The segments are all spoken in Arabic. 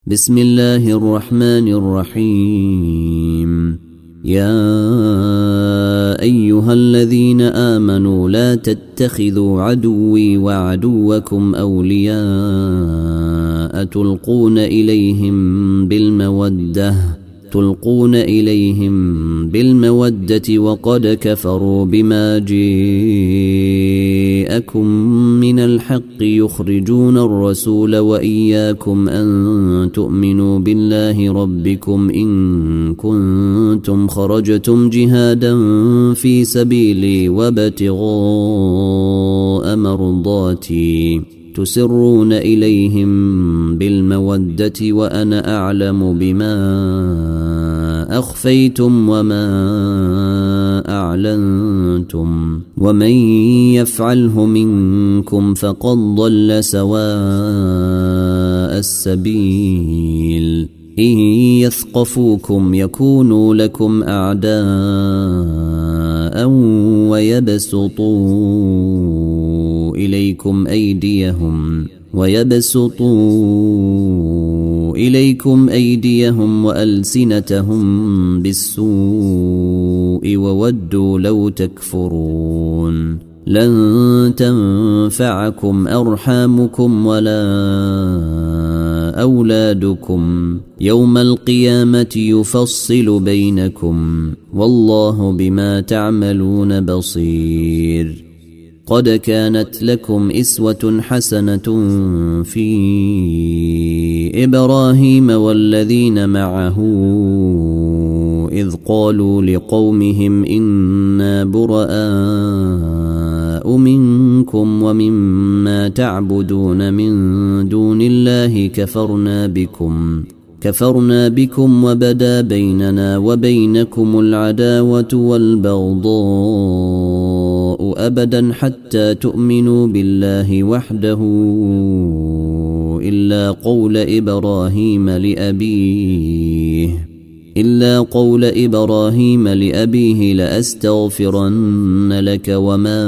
بسم الله الرحمن الرحيم. يا أيها الذين آمنوا لا تتخذوا عدوي وعدوكم أولياء تلقون إليهم بالمودة وقد كفروا بما جاءكم من الحق يخرجون الرسول وإياكم أن تؤمنوا بالله ربكم إن كنتم خرجتم جهادا في سبيلي وابتغاء مرضاتي تسرون إليهم بالمودة وأنا أعلم بما أخفيتم وما أعلنتم ومن يفعله منكم فقد ضل سواء السبيل. إن يثقفوكم يكونوا لكم أعداء ويبسطوا إليكم أيديهم وألسنتهم بالسوء وودوا لو تكفرون. لن تنفعكم أرحامكم ولا أولادكم يوم القيامة يفصل بينكم والله بما تعملون بصير. قد كانت لكم إسوة حسنة في إبراهيم والذين معه إذ قالوا لقومهم إنا براء منكم ومما تعبدون من دون الله كفرنا بكم وبدا بيننا وبينكم العداوة والبغضاء أبدا حتى تؤمنوا بالله وحده إلا قول إبراهيم لأبيه لأستغفرن لك وما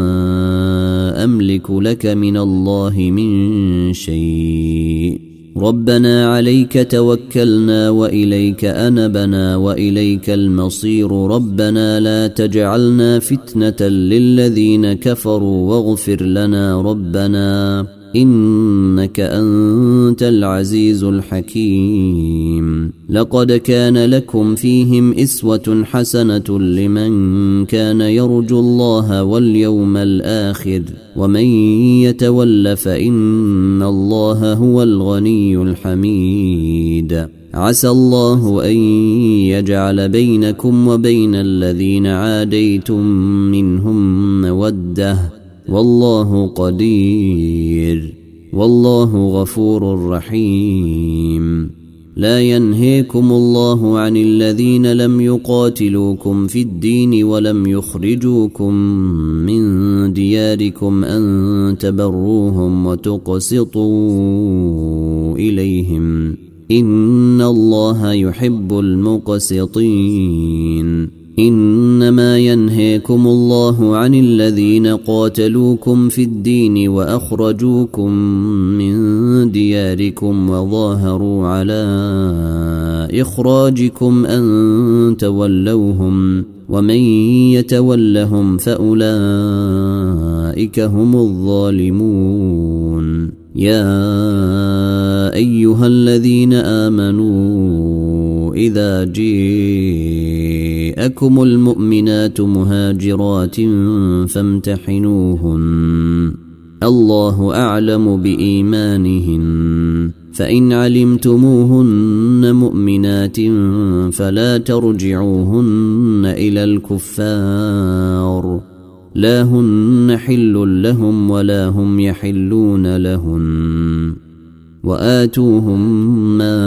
أملك لك من الله من شيء. ربنا عليك توكلنا وإليك أنبنا وإليك المصير. ربنا لا تجعلنا فتنة للذين كفروا واغفر لنا ربنا إنك أنت العزيز الحكيم. لقد كان لكم فيهم إسوة حسنة لمن كان يرجو الله واليوم الآخر ومن يتول فإن الله هو الغني الحميد. عسى الله أن يجعل بينكم وبين الذين عاديتم منهم مودة والله قدير والله غفور رحيم. لا ينهيكم الله عن الذين لم يقاتلوكم في الدين ولم يخرجوكم من دياركم أن تبروهم وتقسطوا إليهم إن الله يحب المقسطين. إنما ينهيكم الله عن الذين قاتلوكم في الدين وأخرجوكم من دياركم وظاهروا على إخراجكم أن تولوهم ومن يتولهم فأولئك هم الظالمون. يا أيها الذين آمنوا إذا جاءكم المؤمنات مهاجرات فامتحنوهن الله أعلم بإيمانهن فإن علمتموهن مؤمنات فلا ترجعوهن إلى الكفار لا هن حل لهم ولا هم يحلون لهن وآتوهم ما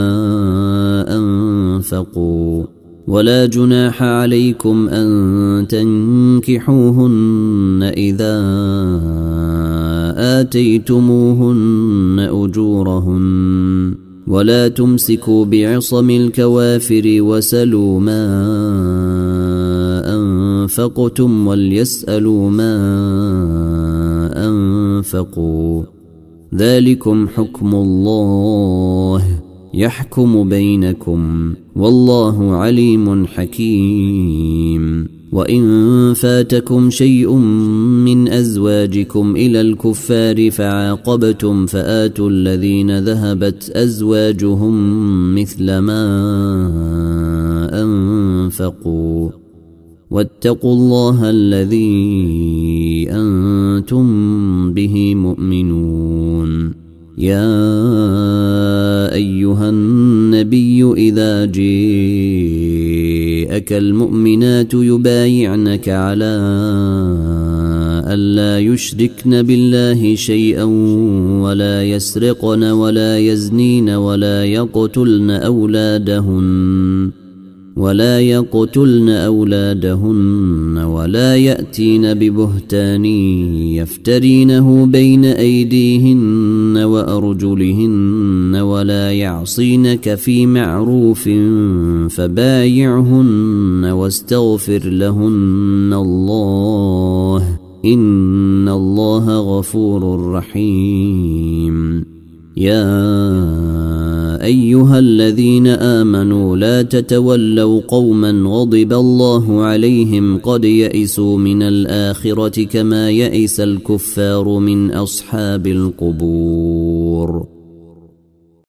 أنفقوا ولا جناح عليكم أن تنكحوهن إذا آتيتموهن أجورهن ولا تمسكوا بعصم الكوافر وسلوا ما أنفقتم وليسألوا ما أنفقوا ذلكم حكم الله يحكم بينكم والله عليم حكيم. وإن فاتكم شيء من أزواجكم إلى الكفار فعاقبتم فآتوا الذين ذهبت أزواجهم مثل ما أنفقوا واتقوا الله الذي أنتم به مؤمنون. يا أيها النبي إذا جاءك المؤمنات يبايعنك على ألا يشركن بالله شيئا ولا يسرقن ولا يزنين ولا يقتلن أولادهن ولا يأتين ببهتان يفترينه بين أيديهن وأرجلهن ولا يعصينك في معروف فبايعهن واستغفر لهن الله إن الله غفور رحيم. يا أيها الذين آمنوا لا تتولوا قوما غضب الله عليهم قد يئسوا من الآخرة كما يئس الكفار من أصحاب القبور.